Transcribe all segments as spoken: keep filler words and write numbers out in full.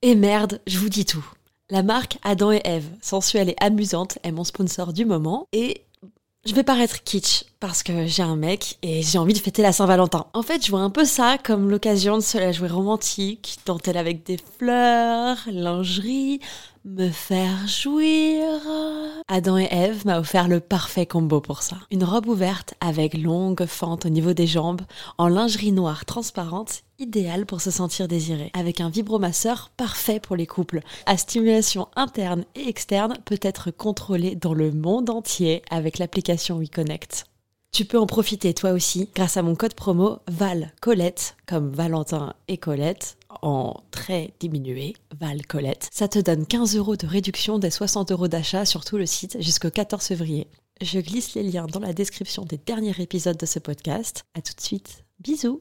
Et merde, je vous dis tout. La marque Adam et Ève, sensuelle et amusante, est mon sponsor du moment et je vais paraître kitsch parce que j'ai un mec et j'ai envie de fêter la Saint-Valentin. En fait, je vois un peu ça comme l'occasion de se la jouer romantique, dentelle avec des fleurs, lingerie, me faire jouir. Adam et Ève m'a offert le parfait combo pour ça. Une robe ouverte avec longue fente au niveau des jambes, en lingerie noire transparente, idéale pour se sentir désiré. Avec un vibromasseur parfait pour les couples. À stimulation interne et externe, peut être contrôlée dans le monde entier avec l'application WeConnect. Tu peux en profiter toi aussi grâce à mon code promo VALCOLETTE, comme Valentin et Colette, en très diminué, VALCOLETTE. Ça te donne quinze euros de réduction des soixante euros d'achat sur tout le site jusqu'au quatorze février. Je glisse les liens dans la description des derniers épisodes de ce podcast. À tout de suite. Bisous.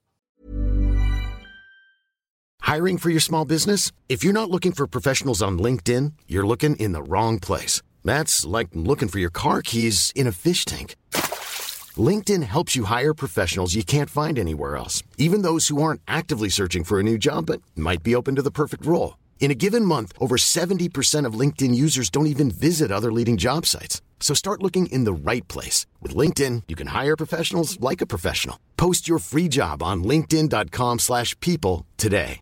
Hiring for your small business? If you're not looking for professionals on LinkedIn, you're looking in the wrong place. That's like looking for your car keys in a fish tank. LinkedIn helps you hire professionals you can't find anywhere else, even those who aren't actively searching for a new job but might be open to the perfect role. In a given month, over seventy percent of LinkedIn users don't even visit other leading job sites. So start looking in the right place. With LinkedIn, you can hire professionals like a professional. Post your free job on linkedin.com slash people today.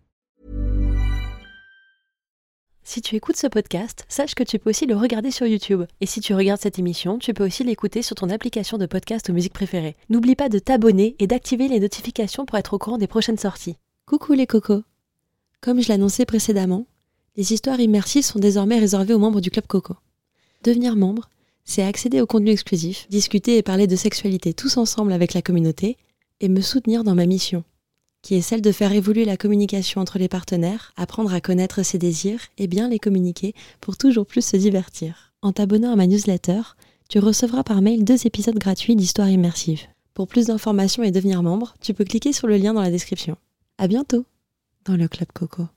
Si tu écoutes ce podcast, sache que tu peux aussi le regarder sur YouTube. Et si tu regardes cette émission, tu peux aussi l'écouter sur ton application de podcast ou musique préférée. N'oublie pas de t'abonner et d'activer les notifications pour être au courant des prochaines sorties. Coucou les cocos. Comme je l'annonçais précédemment, les histoires immersives sont désormais réservées aux membres du Club Coco. Devenir membre, c'est accéder au contenu exclusif, discuter et parler de sexualité tous ensemble avec la communauté et me soutenir dans ma mission, qui est celle de faire évoluer la communication entre les partenaires, apprendre à connaître ses désirs et bien les communiquer pour toujours plus se divertir. En t'abonnant à ma newsletter, tu recevras par mail deux épisodes gratuits d'histoires immersives. Pour plus d'informations et devenir membre, tu peux cliquer sur le lien dans la description. À bientôt dans le Club Coco.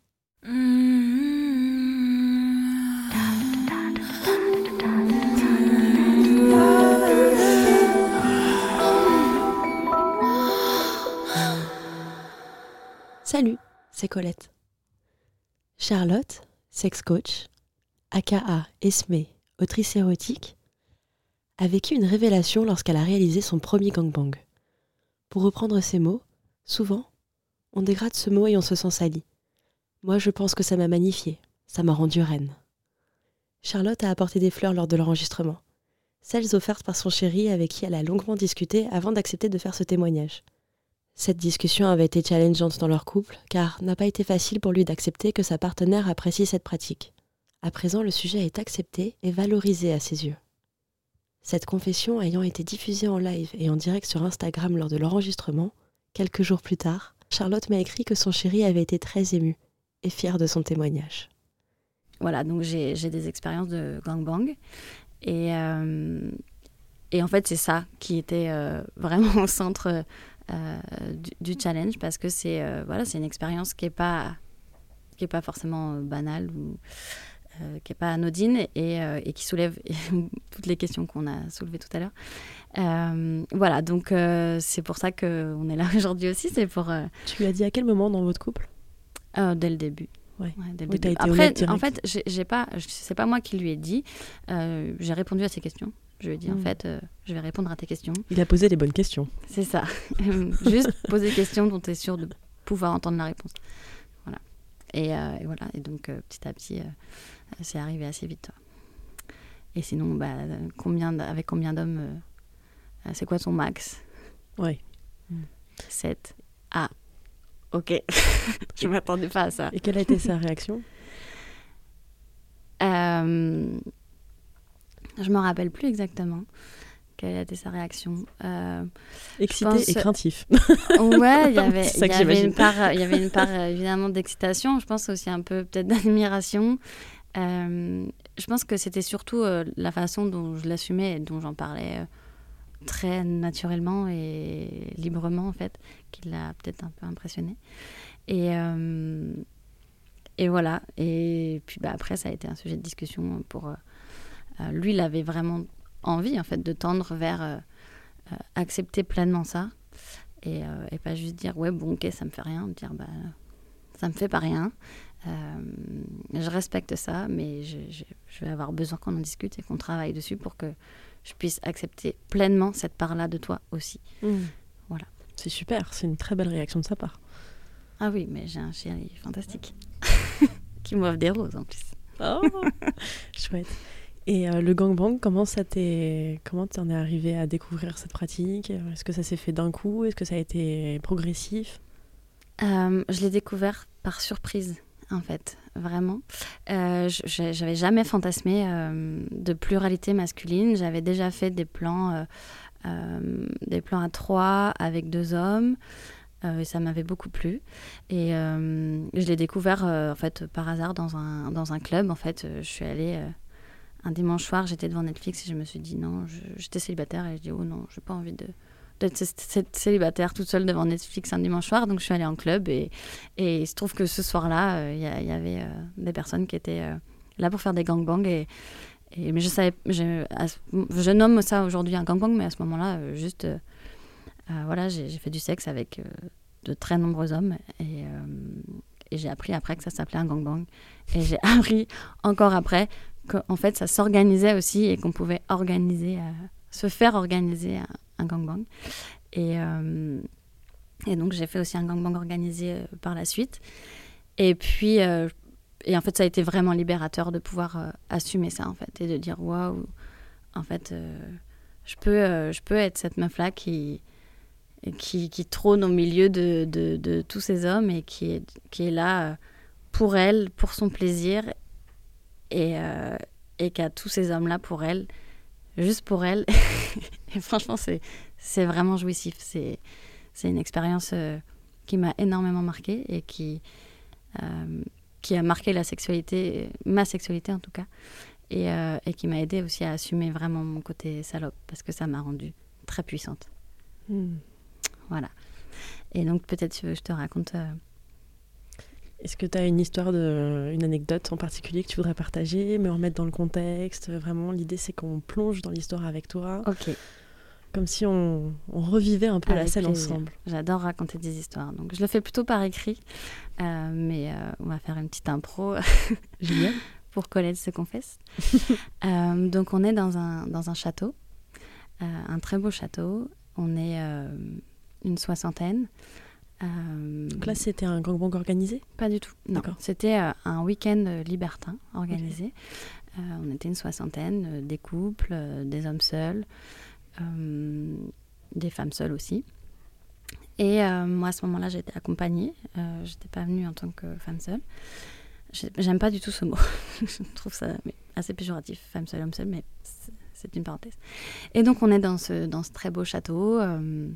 Salut, c'est Colette. Charlotte, sex coach, aka Esmé, autrice érotique, a vécu une révélation lorsqu'elle a réalisé son premier gangbang. Pour reprendre ses mots, souvent, on dégrade ce mot et on se sent sali. Moi, je pense que ça m'a magnifiée, ça m'a rendue reine. Charlotte a apporté des fleurs lors de l'enregistrement, celles offertes par son chéri avec qui elle a longuement discuté avant d'accepter de faire ce témoignage. Cette discussion avait été challengeante dans leur couple, car n'a pas été facile pour lui d'accepter que sa partenaire apprécie cette pratique. À présent, le sujet est accepté et valorisé à ses yeux. Cette confession ayant été diffusée en live et en direct sur Instagram lors de l'enregistrement, quelques jours plus tard, Charlotte m'a écrit que son chéri avait été très ému et fier de son témoignage. Voilà, donc j'ai, j'ai des expériences de gangbang. Et, euh, et en fait, c'est ça qui était euh, vraiment au centre euh, du, du challenge, parce que c'est, euh, voilà, c'est une expérience qui n'est pas, qui est pas forcément banale ou euh, qui n'est pas anodine et, euh, et qui soulève toutes les questions qu'on a soulevées tout à l'heure. Euh, voilà, donc euh, c'est pour ça qu'on est là aujourd'hui aussi. C'est pour, euh, Tu lui as dit à quel moment dans votre couple ? euh, Dès le début. Ouais. Ouais, dès le Oui, début. t'as été Après, honnête en direct. fait, j'ai, j'ai pas, c'est pas moi qui lui ai dit. Euh, j'ai répondu à ses questions. Je lui ai dit, mmh. en fait, euh, je vais répondre à tes questions. Il a posé les bonnes questions. C'est ça. Juste poser des questions dont tu es sûr de pouvoir entendre la réponse. Voilà. Et, euh, et voilà. Et donc, euh, petit à petit, euh, c'est arrivé assez vite. Toi. Et sinon, bah, combien, avec combien d'hommes euh, c'est quoi ton max ? Ouais. sept. Ah, ok. Je ne m'attendais pas à ça. Et quelle a été sa réaction ? euh, Je ne me rappelle plus exactement quelle a été sa réaction. Euh, Excité pense... et craintif. Ouais, il y avait, C'est ça il que y avait j'imagine. une part, il y avait une part évidemment d'excitation. Je pense aussi un peu peut-être d'admiration. Euh, je pense que c'était surtout euh, la façon dont je l'assumais et dont j'en parlais euh, très naturellement et librement en fait, qui l'a peut-être un peu impressionné. Et euh, et voilà. Et puis bah après, ça a été un sujet de discussion pour euh, euh, lui, il avait vraiment envie en fait de tendre vers euh, euh, accepter pleinement ça et, euh, et pas juste dire ouais bon ok ça me fait rien, dire bah ça me fait pas rien. Euh, je respecte ça, mais je, je, je vais avoir besoin qu'on en discute et qu'on travaille dessus pour que je puisse accepter pleinement cette part-là de toi aussi. Mmh. Voilà. C'est super, c'est une très belle réaction de sa part. Ah oui, mais j'ai un chéri fantastique qui m'offre des roses en plus. Oh, chouette. Et euh, le gangbang, comment ça t'est, comment t'en es arrivé à découvrir cette pratique ? Est-ce que ça s'est fait d'un coup ? Est-ce que ça a été progressif ? euh, Je l'ai découvert par surprise, en fait, vraiment. Euh, je, j'avais jamais fantasmé euh, de pluralité masculine. J'avais déjà fait des plans, euh, euh, des plans à trois avec deux hommes. Euh, et ça m'avait beaucoup plu. Et euh, je l'ai découvert euh, en fait, par hasard dans un, dans un club. En fait, je suis allée... Euh, Un dimanche soir, j'étais devant Netflix et je me suis dit non, je, j'étais célibataire et je dis oh non, j'ai pas envie de, d'être célibataire toute seule devant Netflix un dimanche soir. Donc je suis allée en club et, et il se trouve que ce soir-là, il euh, y, y avait euh, des personnes qui étaient euh, là pour faire des gangbangs. Et, et, mais je savais, je, je nomme ça aujourd'hui un gangbang, mais à ce moment-là, euh, juste, euh, euh, voilà, j'ai, j'ai fait du sexe avec euh, de très nombreux hommes et, euh, et j'ai appris après que ça s'appelait un gangbang. Et j'ai appris encore après qu'en fait, ça s'organisait aussi et qu'on pouvait organiser, euh, se faire organiser un, un gangbang. Et, euh, et donc, j'ai fait aussi un gangbang organisé euh, par la suite. Et puis, euh, et en fait, ça a été vraiment libérateur de pouvoir euh, assumer ça, en fait, et de dire, waouh, en fait, euh, je peux, euh, je peux être cette meuf-là qui, qui, qui trône au milieu de, de, de tous ces hommes et qui est, qui est là euh, pour elle, pour son plaisir. Et, euh, et qu'à tous ces hommes-là pour elle, juste pour elle. Et franchement, c'est, c'est vraiment jouissif. C'est, c'est une expérience euh, qui m'a énormément marquée et qui, euh, qui a marqué la sexualité, ma sexualité en tout cas, et, euh, et qui m'a aidée aussi à assumer vraiment mon côté salope, parce que ça m'a rendue très puissante. Mmh. Voilà. Et donc peut-être que je te raconte... Euh, Est-ce que tu as une histoire, de, une anecdote en particulier que tu voudrais partager, me remettre dans le contexte ? Vraiment, l'idée, c'est qu'on plonge dans l'histoire avec toi. Ok. Comme si on, on revivait un peu avec la scène plaisir. Ensemble. J'adore raconter des histoires. Donc, je le fais plutôt par écrit. Euh, mais euh, on va faire une petite impro. Génial. Pour Colette se confesse. euh, donc, on est dans un, dans un château. Euh, un très beau château. On est euh, une soixantaine. Euh... Donc là, c'était un gangbang organisé ? Pas du tout. Non. D'accord. C'était euh, un week-end libertin organisé. Okay. Euh, on était une soixantaine, euh, des couples, euh, des hommes seuls, euh, des femmes seules aussi. Et euh, moi, à ce moment-là, j'étais accompagnée. Euh, je n'étais pas venue en tant que femme seule. J'aime pas du tout ce mot. Je trouve ça assez péjoratif, femme seule, homme seul, mais c'est, c'est une parenthèse. Et donc, on est dans ce, dans ce très beau château. Euh,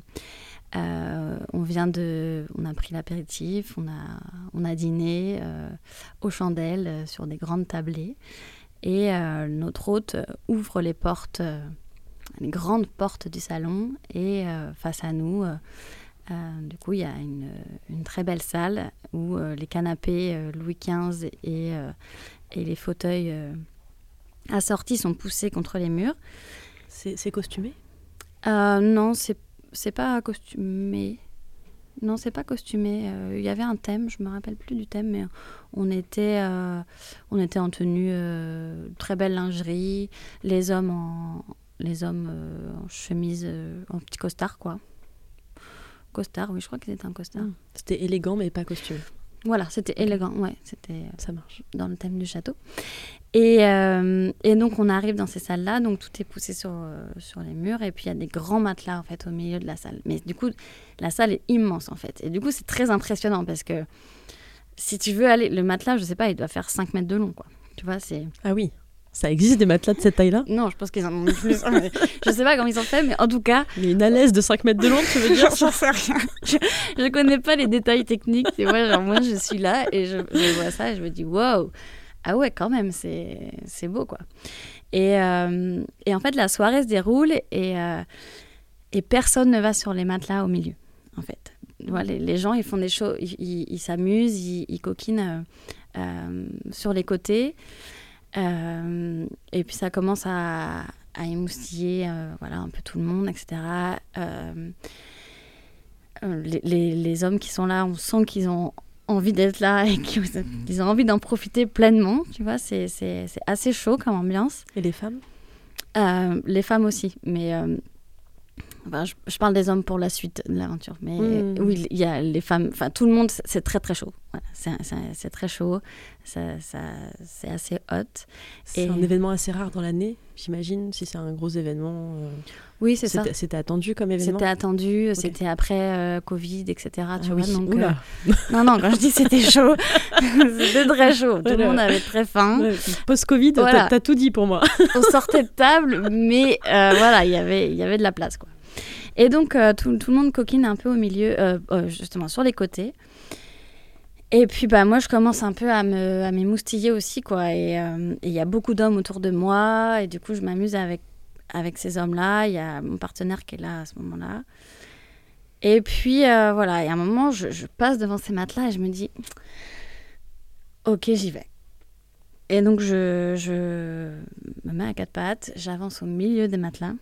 Euh, on vient de, on a pris l'apéritif, on a, on a dîné euh, aux chandelles euh, sur des grandes tablées et euh, notre hôte ouvre les portes, euh, les grandes portes du salon et euh, face à nous, euh, euh, du coup, il y a une, une très belle salle où euh, les canapés euh, Louis quinze et, euh, et les fauteuils euh, assortis sont poussés contre les murs. C'est, c'est costumé ? euh, Non, c'est C'est pas costumé. Non, c'est pas costumé. Il euh, y avait un thème, je me rappelle plus du thème, mais on était, euh, on était en tenue, euh, très belle lingerie. Les hommes en, les hommes euh, en chemise, euh, en petit costard, quoi. Costard, oui, je crois qu'ils étaient en costard. Mmh. C'était élégant, mais pas costumé. Voilà, c'était élégant, ouais, c'était ça marche dans le thème du château. Et, euh, et donc on arrive dans ces salles-là, donc tout est poussé sur, euh, sur les murs, et puis il y a des grands matelas en fait au milieu de la salle. Mais du coup, la salle est immense en fait, et du coup c'est très impressionnant parce que si tu veux aller, le matelas, je sais pas, il doit faire cinq mètres de long, quoi. Tu vois, c'est. Ah oui. Ça existe des matelas de cette taille-là ? Non, je pense qu'ils en ont mis plus. Je sais pas comment ils ont fait, mais en tout cas... Mais une alaise de cinq mètres de long, tu veux dire ? J'en sais rien. Je, je connais pas les détails techniques. Tu vois, genre moi, je suis là et je, je vois ça et je me dis, waouh, ah ouais, quand même, c'est, c'est beau, quoi. Et, euh, et en fait, la soirée se déroule et, euh, et personne ne va sur les matelas au milieu, en fait. Voilà, les, les gens, ils font des choses, ils, ils, ils s'amusent, ils, ils coquinent euh, euh, sur les côtés. Euh, et puis ça commence à, à émoustiller euh, voilà, un peu tout le monde, et cetera. Euh, les, les, les hommes qui sont là, on sent qu'ils ont envie d'être là et qui, qu'ils ont envie d'en profiter pleinement, tu vois, c'est, c'est, c'est assez chaud comme ambiance. Et les femmes ? euh, Les femmes aussi, mais... Euh, Enfin, je, je parle des hommes pour la suite de l'aventure, mais mmh. oui, il y a les femmes, enfin tout le monde, c'est très très chaud. Voilà, c'est, c'est, c'est très chaud, ça, ça, c'est assez hot. C'est et... un événement assez rare dans l'année, j'imagine, si c'est un gros événement. Euh... Oui, c'est c'était, ça. C'était attendu comme événement. C'était attendu, okay. C'était après euh, Covid, et cetera. Tu ah vois, oui. donc, Oula. Euh... non, non, quand je dis c'était chaud, c'était très chaud. Tout voilà. Le monde avait très faim. Ouais, post-Covid, voilà. t'as, t'as tout dit pour moi. On sortait de table, mais euh, voilà, y avait, y avait de la place, quoi. Et donc, euh, tout, tout le monde coquine un peu au milieu, euh, euh, justement, sur les côtés. Et puis, bah, moi, je commence un peu à, me, à m'émoustiller aussi, quoi. Et il euh, y a beaucoup d'hommes autour de moi. Et du coup, je m'amuse avec, avec ces hommes-là. Il y a mon partenaire qui est là à ce moment-là. Et puis, euh, voilà. Et à un moment, je, je passe devant ces matelas et je me dis, OK, j'y vais. Et donc, je, je me mets à quatre pattes. J'avance au milieu des matelas.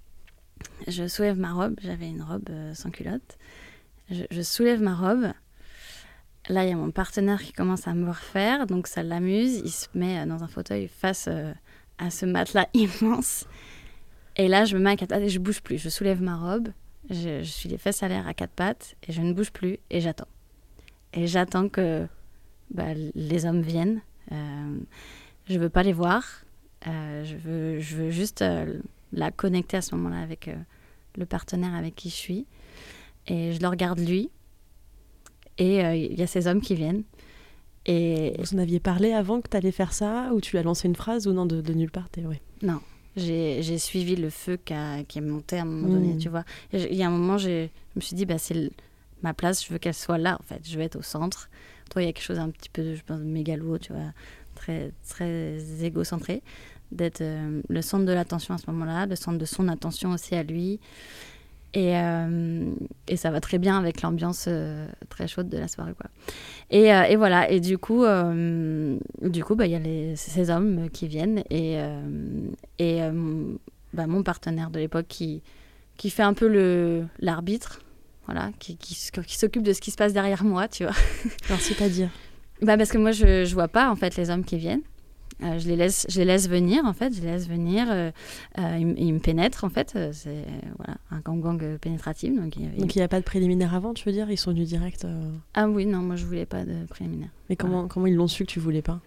Je soulève ma robe, j'avais une robe euh, sans culotte. Je, je soulève ma robe. Là, il y a mon partenaire qui commence à me refaire, donc ça l'amuse. Il se met dans un fauteuil face euh, à ce matelas immense. Et là, je me mets à quatre pattes et je bouge plus. Je soulève ma robe, je, je suis les fesses à l'air à quatre pattes et je ne bouge plus et j'attends. Et j'attends que bah, les hommes viennent. Euh, je ne veux pas les voir. Euh, je, veux, je veux juste... Euh, la connecter à ce moment-là avec euh, le partenaire avec qui je suis. Et je le regarde lui. Et il euh, y a ces hommes qui viennent. Et... Vous en aviez parlé avant que tu allais faire ça ? Ou tu lui as lancé une phrase ? Ou non, de, de nulle part t'es... ouais. Non, j'ai, j'ai suivi le feu qui, a, qui est monté à un moment donné, mmh. tu vois. Il y a un moment, j'ai, je me suis dit, bah, c'est le, ma place, je veux qu'elle soit là, en fait. Je veux être au centre. Toi, il y a quelque chose un petit peu, je pense, de mégalo, tu vois, très, très égocentré. D'être euh, le centre de l'attention à ce moment-là, le centre de son attention aussi à lui. Et, euh, et ça va très bien avec l'ambiance euh, très chaude de la soirée, quoi. Et, euh, et voilà, et du coup, euh, du coup, bah, y a les, ces hommes qui viennent et, euh, et euh, bah, mon partenaire de l'époque qui, qui fait un peu le, l'arbitre, voilà, qui, qui, qui s'occupe de ce qui se passe derrière moi, tu vois. Alors, c'est-à-dire bah, parce que moi, je ne vois pas, en fait, les hommes qui viennent. Euh, je, les laisse, je les laisse venir, en fait. Je les laisse venir. Euh, euh, ils, ils me pénètrent, en fait. C'est voilà, un gangbang pénétratif. Donc, il n'y a, a pas de préliminaire avant, tu veux dire ? Ils sont venus direct euh... Ah oui, non, moi, je ne voulais pas de préliminaire. Mais comment, voilà. comment ils l'ont su que tu ne voulais pas ?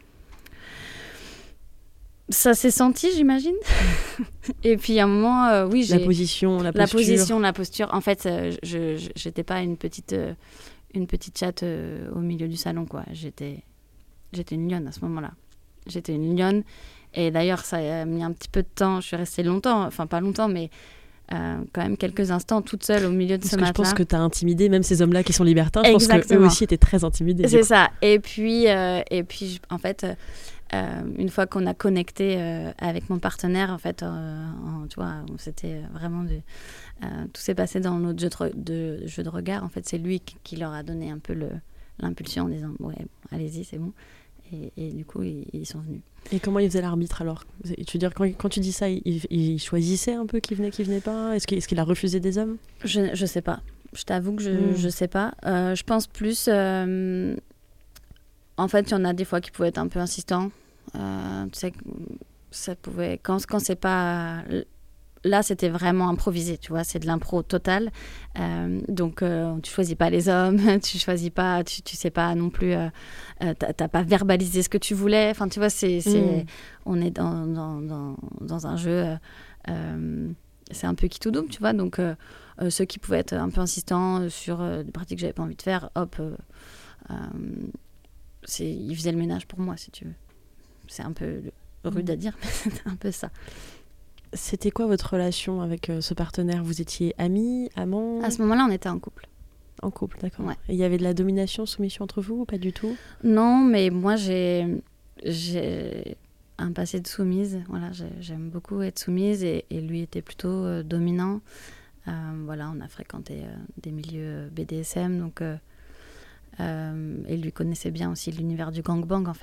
Ça s'est senti, j'imagine. Et puis, à un moment, euh, oui, j'ai... La position, la posture. La position, la posture. En fait, euh, je n'étais pas une petite, euh, une petite chatte euh, au milieu du salon, quoi. J'étais, j'étais une lionne à ce moment-là. J'étais une lionne. Et d'ailleurs, ça a mis un petit peu de temps. Je suis restée longtemps, enfin pas longtemps, mais euh, quand même quelques instants toute seule au milieu de Parce ce que matelas. Je pense que tu as intimidé même ces hommes-là qui sont libertins. Je Exactement. pense qu'eux aussi étaient très intimidés. C'est ça. Et puis, euh, et puis en fait, euh, une fois qu'on a connecté euh, avec mon partenaire, en fait, euh, en, tu vois, c'était vraiment... De, euh, tout s'est passé dans notre jeu de, de, jeu de regard. En fait, c'est lui qui, qui leur a donné un peu le, l'impulsion en disant « Ouais, bon, allez-y, c'est bon ». Et, et du coup, ils, ils sont venus. Et comment ils faisaient l'arbitre alors ? Tu veux dire, quand, quand tu dis ça, il, il choisissait un peu qui venait, qui venait pas ? Est-ce qu'il, est-ce qu'il a refusé des hommes ? Je je sais pas. Je t'avoue que je mmh. je sais pas. Euh, je pense plus. Euh, en fait, il y en a des fois qui pouvaient être un peu insistants. Euh, tu sais, ça pouvait quand quand c'est pas. Là, c'était vraiment improvisé, tu vois, c'est de l'impro total. Euh, donc, euh, tu choisis pas les hommes, tu choisis pas, tu, tu sais pas non plus, euh, euh, t'as, t'as pas verbalisé ce que tu voulais. Enfin, tu vois, c'est, c'est, mmh. on est dans, dans, dans, dans un jeu, euh, c'est un peu qui tout double, tu vois. Donc, euh, euh, ceux qui pouvaient être un peu insistants sur euh, des pratiques que j'avais pas envie de faire, hop, euh, euh, c'est, ils faisaient le ménage pour moi, si tu veux. C'est un peu rude mmh. à dire, mais c'est un peu ça. C'était quoi votre relation avec euh, ce partenaire ? Vous étiez amis, amants ? À ce moment-là, on était en couple. En couple, d'accord. Ouais. Et il y avait de la domination, soumission entre vous ou pas du tout ? Non, mais moi, j'ai, j'ai un passé de soumise. Voilà, j'ai, j'aime beaucoup être soumise et, et lui était plutôt euh, dominant. Euh, voilà, on a fréquenté euh, des milieux B D S M, donc... Euh, euh, et lui connaissait bien aussi l'univers du gangbang, en fait.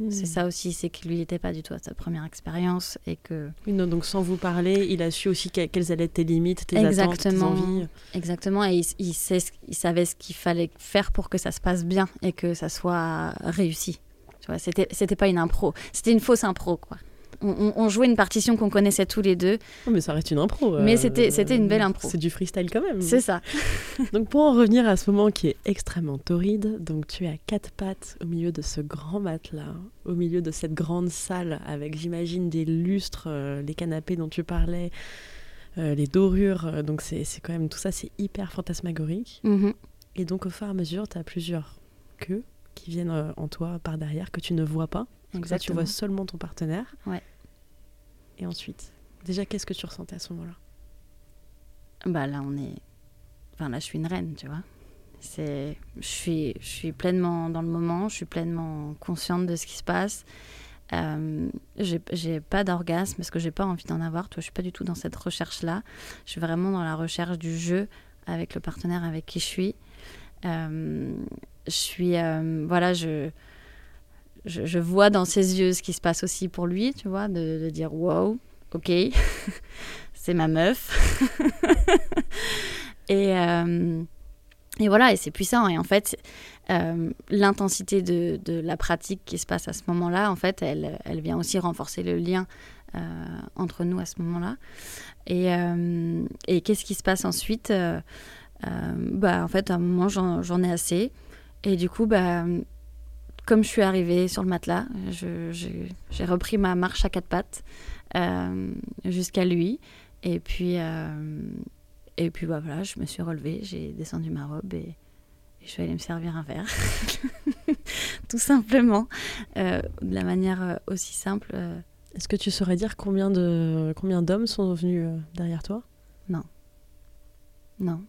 Mmh. C'est ça aussi, c'est que lui n'était pas du tout à sa première expérience et que... Oui, non, donc sans vous parler, il a su aussi que, quelles allaient être tes limites, tes Exactement. attentes, tes envies. Exactement, et il, il, sait, il savait ce qu'il fallait faire pour que ça se passe bien et que ça soit réussi. Tu vois, c'était, c'était pas une impro, c'était une fausse impro, quoi. On, on jouait une partition qu'on connaissait tous les deux. Oh, mais ça reste une impro. Mais euh, c'était, c'était une belle impro. C'est du freestyle quand même. C'est ça. Donc pour en revenir à ce moment qui est extrêmement torride, donc tu es à quatre pattes au milieu de ce grand matelas, au milieu de cette grande salle avec, j'imagine, des lustres, euh, les canapés dont tu parlais, euh, les dorures. Euh, donc c'est, c'est quand même, tout ça, c'est hyper fantasmagorique. Mm-hmm. Et donc au fur et à mesure, tu as plusieurs queues qui viennent euh, en toi par derrière que tu ne vois pas. Donc ça, tu vois seulement ton partenaire. Ouais. Et ensuite, déjà, qu'est-ce que tu ressentais à ce moment-là ? Bah là, on est... Enfin, là, je suis une reine, tu vois. C'est... Je suis... je suis pleinement dans le moment, je suis pleinement consciente de ce qui se passe. Euh, j'ai... j'ai pas d'orgasme parce que j'ai pas envie d'en avoir. Toi, je suis pas du tout dans cette recherche-là. Je suis vraiment dans la recherche du jeu avec le partenaire avec qui je suis. Euh... Je suis... Euh... Voilà, je... Je, je vois dans ses yeux ce qui se passe aussi pour lui, tu vois, de, de dire wow, ok, c'est ma meuf. et, euh, et voilà, et c'est puissant. Et en fait, euh, l'intensité de, de la pratique qui se passe à ce moment-là, en fait, elle, elle vient aussi renforcer le lien euh, entre nous à ce moment-là. Et, euh, et qu'est-ce qui se passe ensuite euh, euh, bah, en fait, à un moment, j'en, j'en ai assez. Et du coup, bah... Comme je suis arrivée sur le matelas, je, je, j'ai repris ma marche à quatre pattes euh, jusqu'à lui. Et puis, euh, et puis bah, voilà, je me suis relevée, j'ai descendu ma robe et, et je suis allée me servir un verre. Tout simplement, euh, de la manière aussi simple. Euh... Est-ce que tu saurais dire combien, de, combien d'hommes sont venus derrière toi ? Non. Non.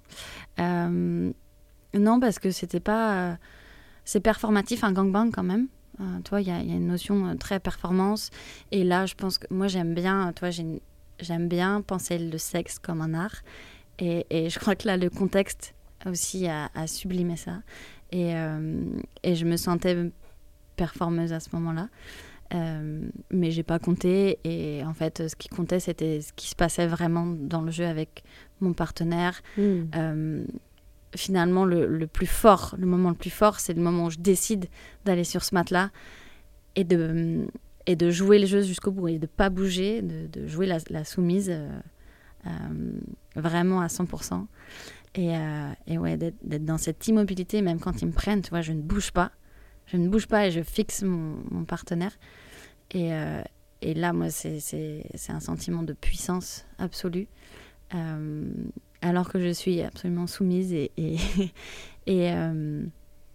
Euh, non, parce que c'était pas... Euh, C'est performatif, un gangbang quand même. Euh, toi, il y, y a une notion euh, très performance. Et là, je pense que moi, j'aime bien, toi, j'ai une, j'aime bien penser le sexe comme un art. Et, et je crois que là, le contexte aussi a, a sublimé ça. Et, euh, et je me sentais performeuse à ce moment-là. Euh, mais j'ai pas compté. Et en fait, ce qui comptait, c'était ce qui se passait vraiment dans le jeu avec mon partenaire. Mmh. Euh, Finalement, le, le plus fort, le moment le plus fort, c'est le moment où je décide d'aller sur ce matelas et de, et de jouer le jeu jusqu'au bout et de ne pas bouger, de, de jouer la, la soumise euh, euh, vraiment à cent pour cent. Et, euh, et ouais, d'être, d'être dans cette immobilité, même quand ils me prennent, tu vois, je ne bouge pas. Je ne bouge pas et je fixe mon, mon partenaire. Et, euh, et là, moi, c'est, c'est, c'est un sentiment de puissance absolue. Euh, alors que je suis absolument soumise et, et, et, euh,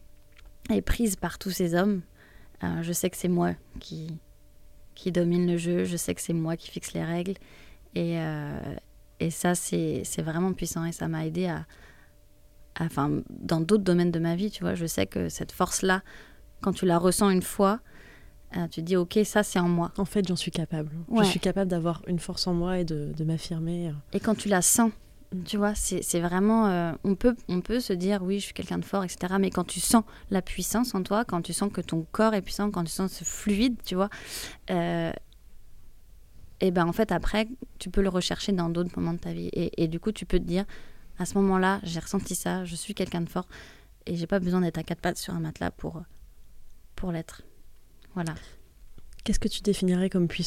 et prise par tous ces hommes. Euh, je sais que c'est moi qui, qui domine le jeu, je sais que c'est moi qui fixe les règles. Et, euh, et ça, c'est, c'est vraiment puissant et ça m'a aidée à, à, enfin, dans d'autres domaines de ma vie, tu vois. Je sais que cette force-là, quand tu la ressens une fois, euh, tu te dis, ok, ça, c'est en moi. En fait, j'en suis capable. Ouais. Je suis capable d'avoir une force en moi et de, de m'affirmer. Et quand tu la sens, tu vois, c'est, c'est vraiment... Euh, on, peut, on peut se dire, oui, je suis quelqu'un de fort, et cetera. Mais quand tu sens la puissance en toi, quand tu sens que ton corps est puissant, quand tu sens ce fluide, tu vois, euh, et ben en fait, après, tu peux le rechercher dans d'autres moments de ta vie. Et, et du coup, tu peux te dire, à ce moment-là, j'ai ressenti ça, je suis quelqu'un de fort, et j'ai pas besoin d'être à quatre pattes sur un matelas pour, pour l'être. Voilà. Qu'est-ce que tu définirais comme puissant ?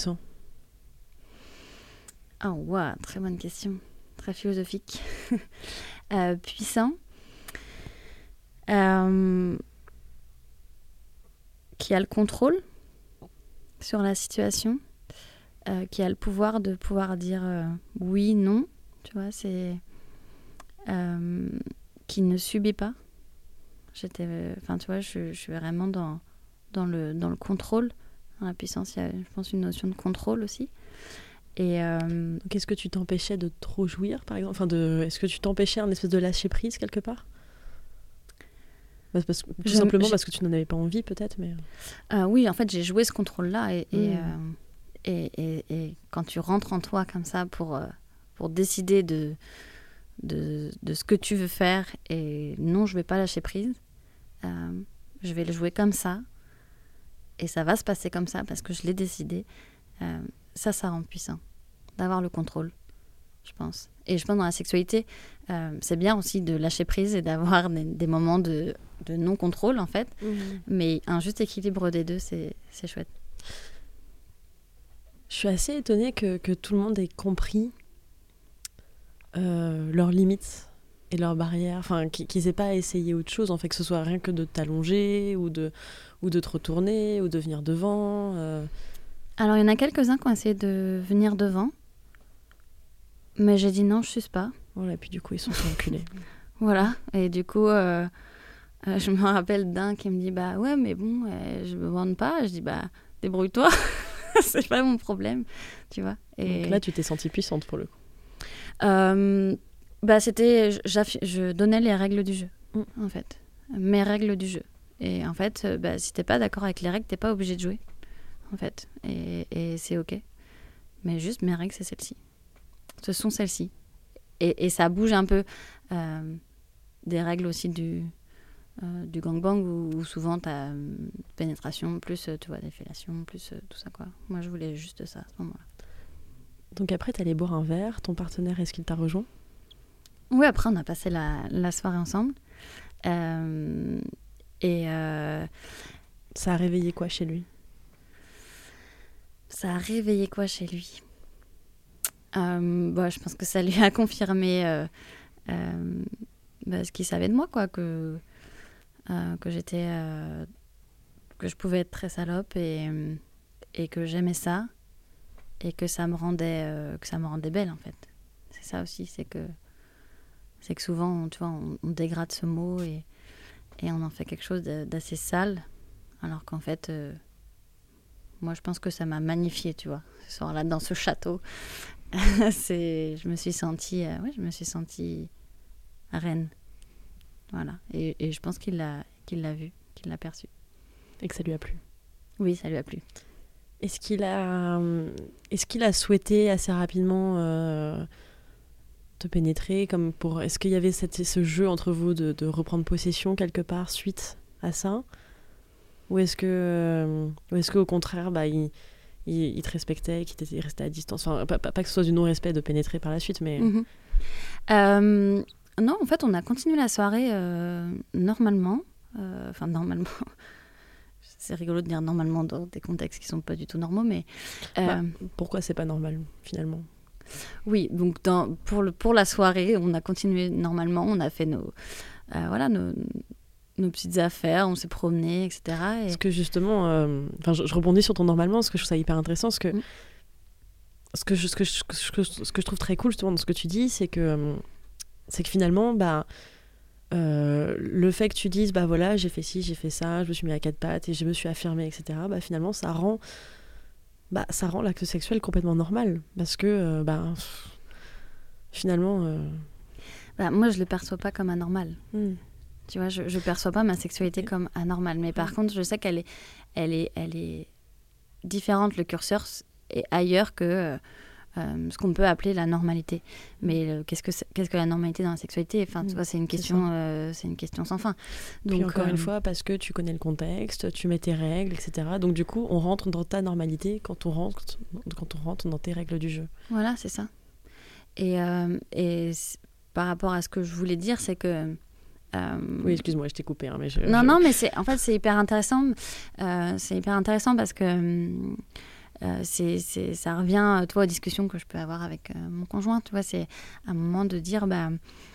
Oh, wow, très bonne question. Très philosophique. euh, puissant. Euh, qui a le contrôle sur la situation. Euh, qui a le pouvoir de pouvoir dire euh, oui, non. Tu vois, c'est... Euh, qui ne subit pas. J'étais... Enfin, tu vois, je, je suis vraiment dans, dans, le, dans le contrôle. Dans la puissance, il y a, je pense, une notion de contrôle aussi. Et euh... Donc, est-ce que tu t'empêchais de trop jouir, par exemple ? Enfin, de... Est-ce que tu t'empêchais un espèce de lâcher-prise, quelque part ? Parce, parce, tout je, simplement je... parce que tu n'en avais pas envie, peut-être, mais... Euh, oui, en fait, j'ai joué ce contrôle-là. Et, et, mmh. euh, et, et, et quand tu rentres en toi comme ça pour, euh, pour décider de, de, de ce que tu veux faire, et non, je ne vais pas lâcher prise, euh, je vais le jouer comme ça. et ça va se passer comme ça parce que je l'ai décidé, euh, ça, ça rend puissant, d'avoir le contrôle, je pense. Et je pense dans la sexualité, euh, c'est bien aussi de lâcher prise et d'avoir des, des moments de, de non-contrôle, en fait. Mmh. Mais un juste équilibre des deux, c'est, c'est chouette. Je suis assez étonnée que, que tout le monde ait compris euh, leurs limites et leurs barrières, enfin qu'ils n'aient pas essayé autre chose, en fait, que ce soit rien que de t'allonger ou de, ou de te retourner ou de venir devant. Euh... Alors, il y en a quelques-uns qui ont essayé de venir devant, mais j'ai dit non, je suce pas. Voilà, puis du coup, ils sont enculés. Voilà, et du coup, euh, euh, je me rappelle d'un qui me dit bah ouais, mais bon, euh, je me bande pas. Je dis bah débrouille-toi, c'est pas mon problème, tu vois. Et... Donc là, tu t'es sentie puissante pour le coup. Euh, bah c'était, je donnais les règles du jeu, mm. en fait, mes règles du jeu. Et en fait, bah, si t'es pas d'accord avec les règles, t'es pas obligé de jouer, en fait. Et, et c'est ok. Mais juste mes règles, c'est celles-ci. Ce sont celles-ci. Et, et ça bouge un peu euh, des règles aussi du, euh, du gangbang où, où souvent t'as euh, pénétration, plus tu vois, des fellations, plus euh, tout ça, quoi. Moi, je voulais juste ça à ce moment-là. Donc après, t'es allé boire un verre. Ton partenaire, est-ce qu'il t'a rejoint ? Oui, après, on a passé la, la soirée ensemble. Euh, et... Euh, ça a réveillé quoi chez lui ? Ça a réveillé quoi chez lui ? Euh, bah, je pense que ça lui a confirmé euh, euh, bah, ce qu'il savait de moi, quoi, que, euh, que j'étais, euh, que je pouvais être très salope et, et que j'aimais ça et que ça me rendait, euh, que ça me rendait belle, en fait. C'est ça aussi, c'est que, c'est que souvent, tu vois, on, on dégrade ce mot et, et on en fait quelque chose d'assez sale, alors qu'en fait, euh, moi, je pense que ça m'a magnifiée, tu vois, ce soir-là, dans ce château. c'est, je me suis sentie, euh, ouais, je me suis sentie reine, voilà. Et, et je pense qu'il l'a, qu'il l'a vu, qu'il l'a perçu. Et que ça lui a plu. Oui, ça lui a plu. Est-ce qu'il a, est-ce qu'il a souhaité assez rapidement euh, te pénétrer, comme pour, est-ce qu'il y avait cette, ce jeu entre vous de, de reprendre possession quelque part suite à ça, ou est-ce que, euh, ou est-ce qu'au contraire, bah, il Il, il te respectait, qu'il était resté à distance. Enfin, pas, pas, pas que ce soit du non-respect de pénétrer par la suite, mais... Mmh. Euh, non, en fait, on a continué la soirée euh, normalement. Enfin, euh, normalement. C'est rigolo de dire normalement dans des contextes qui ne sont pas du tout normaux, mais... Euh... Bah, pourquoi c'est pas normal, finalement ? Oui, donc dans, pour, le, pour la soirée, on a continué normalement. On a fait nos... Euh, voilà, nos... nos petites affaires, on s'est promené, et cetera. Et... Parce que justement, euh, je, je rebondis sur ton normalement, parce que je trouve ça hyper intéressant, parce que, mmh. ce, que je, ce, que je, ce, que je, ce que je trouve très cool justement dans ce que tu dis, c'est que, c'est que finalement, bah, euh, le fait que tu dises, bah voilà, j'ai fait ci, j'ai fait ça, je me suis mis à quatre pattes et je me suis affirmée, et cetera, bah finalement, ça rend, bah, ça rend l'acte sexuel complètement normal, parce que, euh, bah, pff, finalement... Euh... Bah, moi, je le perçois pas comme anormal. Mmh. Tu vois, je ne perçois pas ma sexualité comme anormale. Mais par mmh. contre, je sais qu'elle est, elle est, elle est différente. Le curseur est ailleurs que euh, ce qu'on peut appeler la normalité. Mais euh, qu'est-ce, que qu'est-ce que la normalité dans la sexualité ? Enfin, tu vois, c'est une question, c'est, euh, c'est une question sans fin. Donc, puis encore euh, une fois, parce que tu connais le contexte, tu mets tes règles, et cetera. Donc du coup, on rentre dans ta normalité quand on rentre, quand on rentre dans tes règles du jeu. Voilà, c'est ça. Et, euh, et par rapport à ce que je voulais dire, c'est que Euh... Oui, excuse-moi, je t'ai coupé. Hein, mais je, non, je... non, mais c'est, en fait, c'est hyper intéressant. Euh, c'est hyper intéressant parce que euh, c'est, c'est, ça revient, toi, aux discussions que je peux avoir avec euh, mon conjoint. Tu vois, c'est un moment de dire, bah,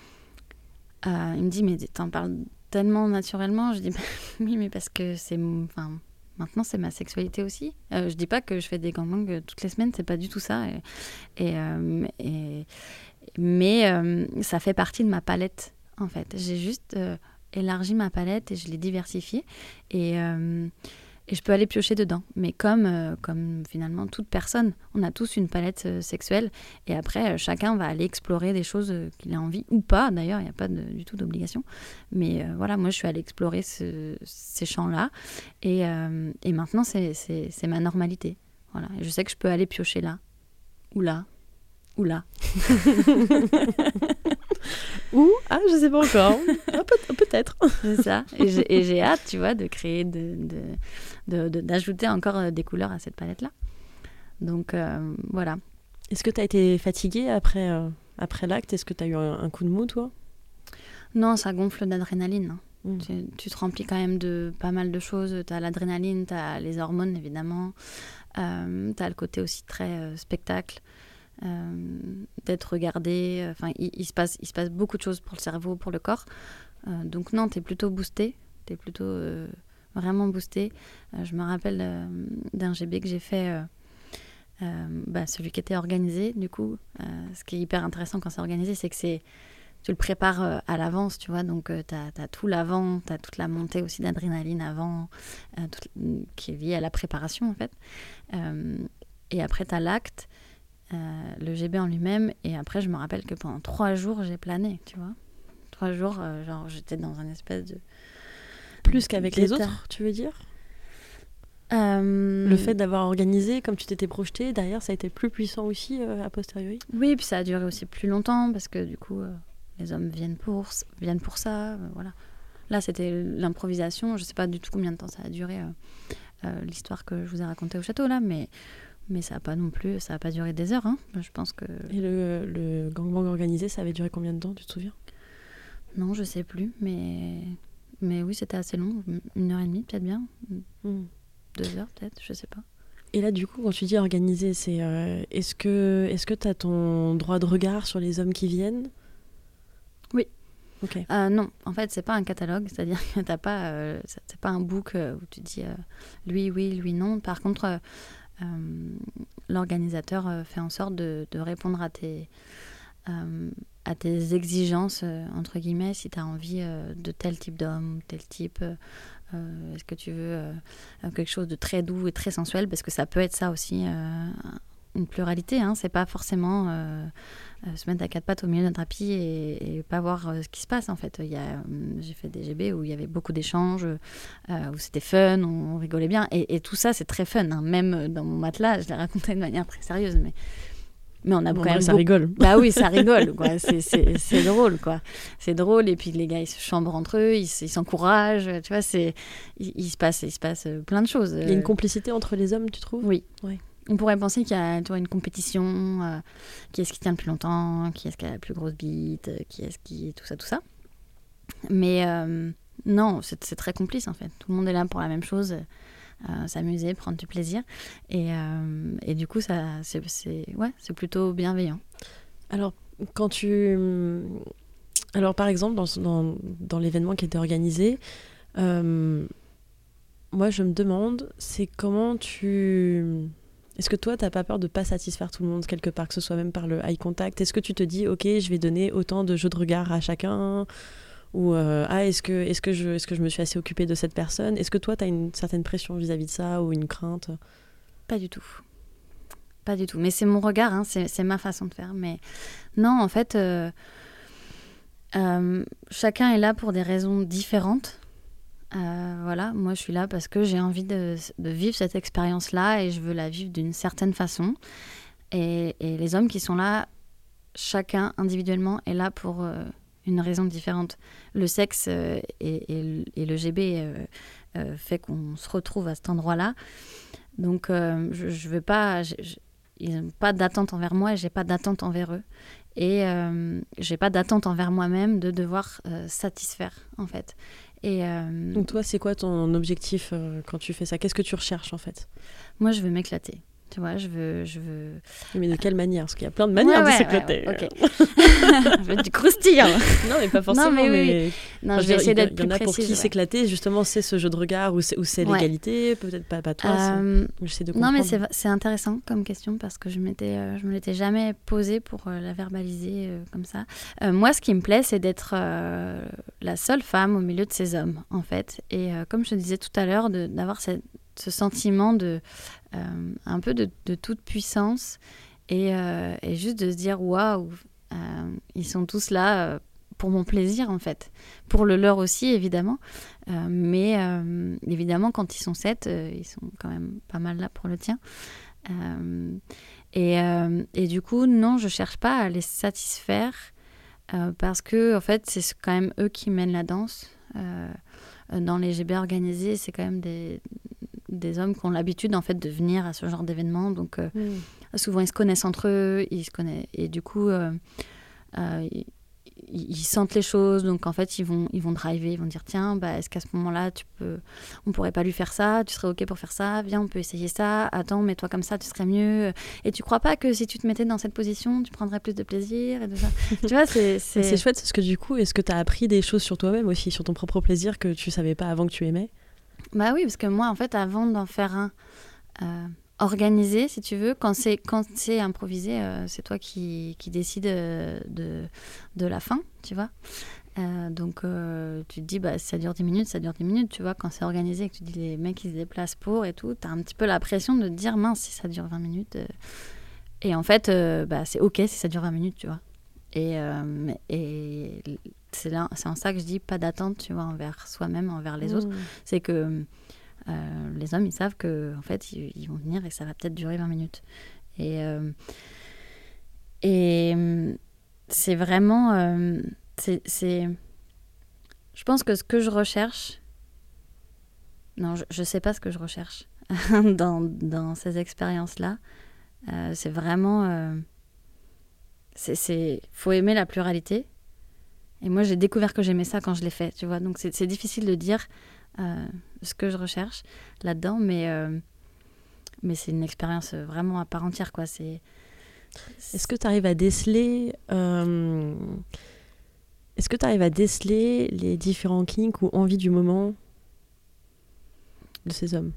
euh, il me dit, mais t'en parles tellement naturellement. Je dis, bah, oui, mais parce que c'est, enfin, maintenant, c'est ma sexualité aussi. Euh, je dis pas que je fais des gangbangs toutes les semaines, c'est pas du tout ça. Et, et, euh, et mais euh, ça fait partie de ma palette. En fait, j'ai juste euh, élargi ma palette et je l'ai diversifiée et, euh, et je peux aller piocher dedans. Mais comme, euh, comme finalement toute personne, on a tous une palette euh, sexuelle et après, euh, chacun va aller explorer des choses euh, qu'il a envie ou pas. D'ailleurs, il n'y a pas de, du tout d'obligation. Mais euh, voilà, moi, je suis allée explorer ce, ces champs-là et, euh, et maintenant, c'est, c'est, c'est ma normalité. Voilà. Et je sais que je peux aller piocher là ou là ou là. Ou, ah, je sais pas encore. Ah, peut- peut-être. C'est ça. Et j'ai, et j'ai hâte, tu vois, de créer, de, de, de, de- d'ajouter encore des couleurs à cette palette-là. Donc, euh, voilà. Est-ce que tu as été fatiguée après, euh, après l'acte? Est-ce que tu as eu un, un coup de mou, toi? Non, ça gonfle d'adrénaline. Hein. Mm. Tu, tu te remplis quand même de pas mal de choses. Tu as l'adrénaline, tu as les hormones, évidemment. Euh, tu as le côté aussi très euh, spectacle, euh, d'être regardé. Enfin, il, il, se passe, il se passe beaucoup de choses pour le cerveau, pour le corps. Euh, donc non, tu es plutôt boosté. Tu es plutôt euh, vraiment boosté. Euh, je me rappelle euh, d'un G B que j'ai fait... Euh, Euh, bah, celui qui était organisé, du coup. Euh, ce qui est hyper intéressant quand c'est organisé, c'est que c'est, tu le prépares euh, à l'avance, tu vois. Donc, euh, tu as tout l'avant, tu as toute la montée aussi d'adrénaline avant, euh, toute, qui est liée à la préparation, en fait. Euh, et après, tu as l'acte, euh, le G B en lui-même. Et après, je me rappelle que pendant trois jours, j'ai plané, tu vois. Trois jours, euh, genre, j'étais dans un espèce de... Plus qu'avec les d'état. autres, tu veux dire? Euh... Le fait d'avoir organisé, comme tu t'étais projeté, derrière, ça a été plus puissant aussi, euh, a posteriori? Oui, puis ça a duré aussi plus longtemps, parce que du coup, euh, les hommes viennent pour, viennent pour ça, euh, voilà. Là, c'était l'improvisation, je sais pas du tout combien de temps ça a duré, euh, euh, l'histoire que je vous ai racontée au château, là, mais, mais ça a pas non plus, ça a pas duré des heures, hein. Je pense que... Et le, le gangbang organisé, ça avait duré combien de temps, tu te souviens? Non, je sais plus, mais, mais oui, c'était assez long, une heure et demie, peut-être bien. Mm. Deux heures peut-être, je sais pas. Et là, du coup, quand tu dis organiser, c'est euh, est-ce que est-ce que tu as ton droit de regard sur les hommes qui viennent? Oui. Ok. Euh, non, en fait, c'est pas un catalogue, c'est-à-dire que t'as pas, euh, c'est pas un book euh, où tu dis euh, lui oui, lui non. Par contre, euh, euh, l'organisateur euh, fait en sorte de, de répondre à tes euh, à tes exigences euh, entre guillemets, si tu as envie euh, de tel type d'homme, tel type. Euh, Euh, est-ce que tu veux euh, quelque chose de très doux et très sensuel, parce que ça peut être ça aussi, euh, une pluralité, hein. C'est pas forcément euh, euh, se mettre à quatre pattes au milieu d'un tapis et, et pas voir euh, ce qui se passe, en fait. Il y a, euh, j'ai fait des G B où il y avait beaucoup d'échanges, euh, où c'était fun, on, on rigolait bien, et, et tout ça c'est très fun, hein. Même dans mon matelas, je l'ai raconté de manière très sérieuse, mais Mais on a Bon, quand même ça beaucoup... rigole. Bah oui, ça rigole, quoi. C'est, c'est, c'est drôle, quoi. C'est drôle, et puis les gars, ils se chambrent entre eux, ils, ils s'encouragent, tu vois, c'est... Il, il, se passe, il se passe plein de choses. Il y a une complicité entre les hommes, tu trouves? Oui. Ouais. On pourrait penser qu'il y a tu vois, une compétition, euh, qui est-ce qui tient le plus longtemps, qui est-ce qui a la plus grosse bite, qui est-ce qui... tout ça, tout ça. Mais euh, non, c'est, c'est très complice, en fait. Tout le monde est là pour la même chose. Euh, s'amuser, prendre du plaisir, et, euh, et du coup ça, c'est, c'est, ouais, c'est plutôt bienveillant. Alors quand tu alors par exemple dans, dans, dans l'événement qui était organisé, euh, moi je me demande c'est comment tu est-ce que toi t'as pas peur de pas satisfaire tout le monde quelque part, que ce soit même par le eye contact? Est-ce que tu te dis ok, je vais donner autant de jeux de regard à chacun? Ou euh, ah, est-ce que, est-ce, que je, est-ce que je me suis assez occupée de cette personne? Est-ce que toi, tu as une certaine pression vis-à-vis de ça ou une crainte? Pas du tout. Pas du tout. Mais c'est mon regard, hein, c'est, c'est ma façon de faire. Mais non, en fait, euh, euh, chacun est là pour des raisons différentes. Euh, voilà, moi, je suis là parce que j'ai envie de, de vivre cette expérience-là et je veux la vivre d'une certaine façon. Et, et les hommes qui sont là, chacun individuellement est là pour... Euh, une raison différente. Le sexe euh, et, et, et le G B euh, euh, fait qu'on se retrouve à cet endroit-là. Donc, euh, je, je veux pas... Je, je, ils n'ont pas d'attente envers moi et j'ai pas d'attente envers eux. Et euh, j'ai pas d'attente envers moi-même de devoir euh, satisfaire, en fait. Et, euh, Donc toi, c'est quoi ton objectif euh, quand tu fais ça? Qu'est-ce que tu recherches, en fait? Moi, je veux m'éclater. Tu vois, je veux, je veux... Mais de quelle manière? Parce qu'il y a plein de manières ouais, de ouais, s'éclater. Ouais, ouais, ok. Je veux du croustillant. Non, mais pas forcément. Non, mais oui. mais... Non, enfin, je vais essayer d'être Il y plus en a précise. pour qui ouais. s'éclater, justement, c'est ce jeu de regard ou c'est, ou c'est Ouais. l'égalité, peut-être pas, pas toi. Euh, c'est... J'essaie de non, comprendre. mais c'est, c'est intéressant comme question parce que je m'étais, euh, je me l'étais jamais posée pour euh, la verbaliser euh, comme ça. Euh, moi, ce qui me plaît, c'est d'être euh, la seule femme au milieu de ces hommes, en fait. Et euh, comme je te disais tout à l'heure, de, d'avoir cette, ce sentiment de euh, un peu de, de toute puissance et, euh, et juste de se dire waouh, euh, ils sont tous là euh, pour mon plaisir, en fait, pour le leur aussi évidemment, euh, mais euh, évidemment quand ils sont sept, euh, ils sont quand même pas mal là pour le tien. Euh, et, euh, et du coup non, je cherche pas à les satisfaire. euh, parce que en fait, c'est quand même eux qui mènent la danse. Euh, dans les G B organisés, c'est quand même des, des hommes qui ont l'habitude en fait de venir à ce genre d'événement. Donc euh, mmh. souvent ils se connaissent entre eux, ils se connaissent et du coup euh, euh, ils, ils sentent les choses. Donc en fait ils vont ils vont driver, ils vont dire tiens bah est-ce qu'à ce moment-là tu peux, on pourrait pas lui faire ça, tu serais ok pour faire ça, viens on peut essayer ça, attends mets-toi comme ça tu serais mieux. Et tu crois pas que si tu te mettais dans cette position tu prendrais plus de plaisir et tout ça. Tu vois c'est c'est... c'est chouette parce que du coup est-ce que tu as appris des choses sur toi-même aussi, sur ton propre plaisir que tu savais pas avant que tu aimais? Bah oui, parce que moi, en fait, avant d'en faire un euh, organisé, si tu veux, quand c'est, quand c'est improvisé, euh, c'est toi qui, qui décides euh, de, de la fin, tu vois. Euh, donc, euh, tu te dis, bah, si ça dure dix minutes, ça dure dix minutes, tu vois. Quand c'est organisé et que tu dis, les mecs, ils se déplacent pour et tout, t'as un petit peu la pression de te dire, mince, si ça dure vingt minutes. Euh... Et en fait, euh, bah, c'est OK si ça dure vingt minutes, tu vois. Et, euh, et c'est, là, c'est en ça que je dis pas d'attente, tu vois, envers soi-même, envers les mmh. autres. C'est que euh, les hommes, ils savent qu'en fait, ils, ils vont venir et ça va peut-être durer vingt minutes. Et, euh, et c'est vraiment... Euh, c'est, c'est... Je pense que ce que je recherche... Non, je, je sais pas ce que je recherche dans, dans ces expériences-là. Euh, c'est vraiment... Euh, C'est, c'est, faut aimer la pluralité. Et moi, j'ai découvert que j'aimais ça quand je l'ai fait, tu vois. Donc, c'est, c'est difficile de dire euh, ce que je recherche là-dedans, mais, euh, mais c'est une expérience vraiment à part entière, quoi. C'est, c'est... Est-ce que tu arrives à déceler... Euh... Est-ce que tu arrives à déceler les différents kinks ou envies du moment de ces hommes?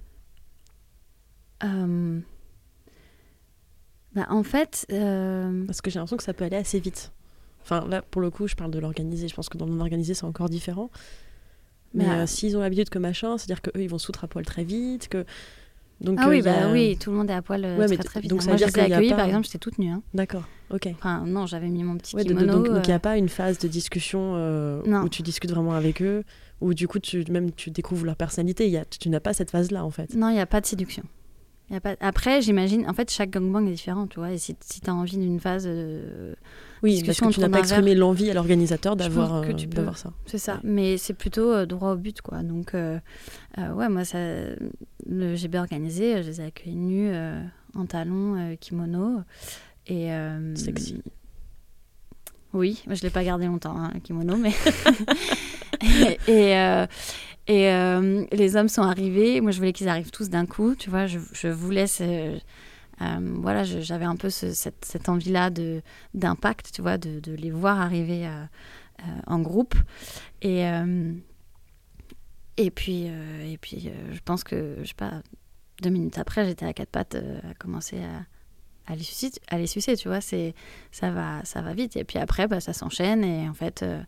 euh... Bah, en fait... Euh... Parce que j'ai l'impression que ça peut aller assez vite. Enfin, là, pour le coup, je parle de l'organisé. Je pense que dans le non-organisé, c'est encore différent. Mais bah... euh, s'ils ont l'habitude que machin, c'est-à-dire qu'eux, ils vont se foutre à poil très vite. Que... Donc, ah euh, oui, bah, a... oui, tout le monde est à poil ouais, très, très, très vite. Donc, ça Moi, je les ai accueillis, pas... par exemple, j'étais toute nue. Hein. D'accord, ok. Enfin, non, j'avais mis mon petit ouais, kimono. De, de, donc, il euh... n'y a pas une phase de discussion euh, où tu discutes vraiment avec eux, où du coup, tu, même tu découvres leur personnalité. Y a, tu n'as pas cette phase-là, en fait. Non, il n'y a pas de séduction. Y a pas... Après, j'imagine, en fait, chaque gangbang est différent, tu vois. Et si, si tu as envie d'une phase euh, oui, parce que tu n'as pas exprimé verre, l'envie à l'organisateur d'avoir, euh, tu peux. d'avoir ça. C'est ça, ouais. Mais c'est plutôt euh, droit au but, quoi. Donc, euh, euh, ouais, moi, ça, le G B organisé, je les ai accueillis nus, euh, en talons, euh, kimono. Et, euh, sexy. Oui, je ne l'ai pas gardé longtemps, hein, le kimono, mais... et... et euh, Et euh, les hommes sont arrivés. Moi, je voulais qu'ils arrivent tous d'un coup. Tu vois, je, je voulais... Euh, euh, voilà, je, j'avais un peu ce, cette, cette envie-là de, d'impact, tu vois, de, de les voir arriver euh, euh, en groupe. Et, euh, et puis, euh, et puis euh, je pense que, je sais pas, deux minutes après, j'étais à quatre pattes euh, à commencer à, à, les sucer, à les sucer, tu vois. C'est, ça, va, ça va vite. Et puis après, bah, ça s'enchaîne. Et en fait... Euh,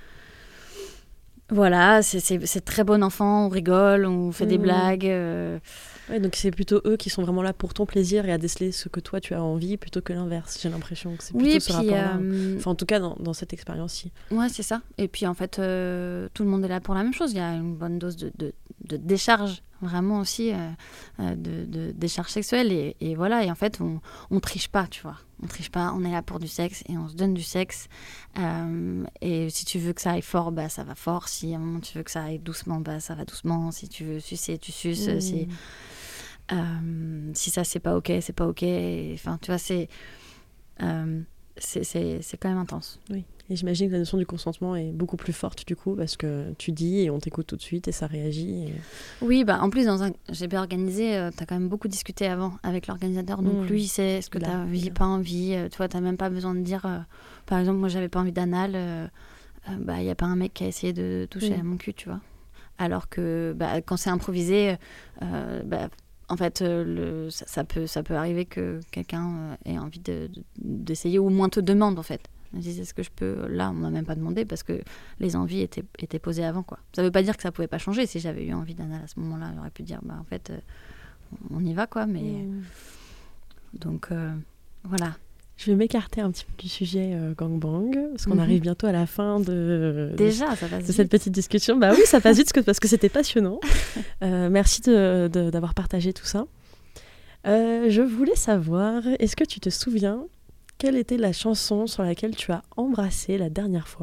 Voilà, c'est, c'est, c'est très bon enfant, on rigole, on fait mmh. des blagues. Euh... Ouais, donc c'est plutôt eux qui sont vraiment là pour ton plaisir et à déceler ce que toi tu as envie plutôt que l'inverse. J'ai l'impression que c'est plutôt oui, ce puis, rapport-là. Euh... Enfin, en tout cas, dans, dans cette expérience-ci. Ouais, c'est ça. Et puis en fait, euh, tout le monde est là pour la même chose. Il y a une bonne dose de, de, de décharge, vraiment aussi, euh, de, de décharge sexuelle. Et, et voilà, et en fait, on, on triche pas, tu vois. On triche pas, on est là pour du sexe et on se donne du sexe. Euh, et si tu veux que ça aille fort, bah, ça va fort. Si à un moment tu veux que ça aille doucement, bah, ça va doucement. Si tu veux sucer, tu suces. Mmh. Si, euh, si ça, c'est pas OK, c'est pas OK. Enfin, tu vois, c'est, euh, c'est, c'est, c'est quand même intense. Oui. Et j'imagine que la notion du consentement est beaucoup plus forte du coup parce que tu dis et on t'écoute tout de suite et ça réagit. Et... Oui, bah en plus dans un G B organisé, euh, t'as quand même beaucoup discuté avant avec l'organisateur, donc mmh. lui il sait ce que Là, t'as envie, pas envie. Euh, toi, t'as même pas besoin de dire. Euh, par exemple, moi j'avais pas envie d'anal. Euh, euh, bah il y a pas un mec qui a essayé de toucher mmh. à mon cul, tu vois. Alors que bah, quand c'est improvisé, euh, bah, en fait, euh, le, ça, ça peut ça peut arriver que quelqu'un euh, ait envie de, de, d'essayer ou au moins te demande en fait. Je disais, est-ce que je peux... Là, on m'a même pas demandé parce que les envies étaient, étaient posées avant, quoi. Ça veut pas dire que ça pouvait pas changer. Si j'avais eu envie d'anal à ce moment-là, j'aurais pu dire, bah, en fait, euh, on y va, quoi. Mais... Mmh. Donc, euh, voilà. Je vais m'écarter un petit peu du sujet euh, gangbang, parce qu'on mmh. arrive bientôt à la fin de, Déjà, de, ça passe de vite. cette petite discussion. Bah oui, ça passe vite parce que c'était passionnant. euh, merci de, de, d'avoir partagé tout ça. Euh, je voulais savoir, est-ce que tu te souviens... quelle était la chanson sur laquelle tu as embrassé la dernière fois ?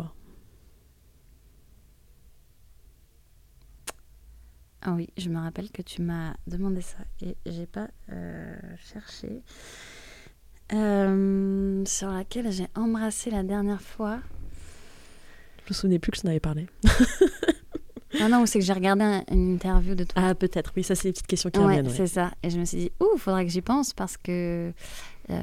Ah oui, je me rappelle que tu m'as demandé ça et j'ai pas euh, cherché. Euh, sur laquelle j'ai embrassé la dernière fois. Je me souvenais plus que je t'en avais parlé. Ah non, c'est que j'ai regardé un, une interview de toi. Ah, peut-être, oui, ça c'est les petites questions qui ouais, reviennent. Ouais, c'est ça. Et je me suis dit, ouh, faudrait que j'y pense parce que. Euh...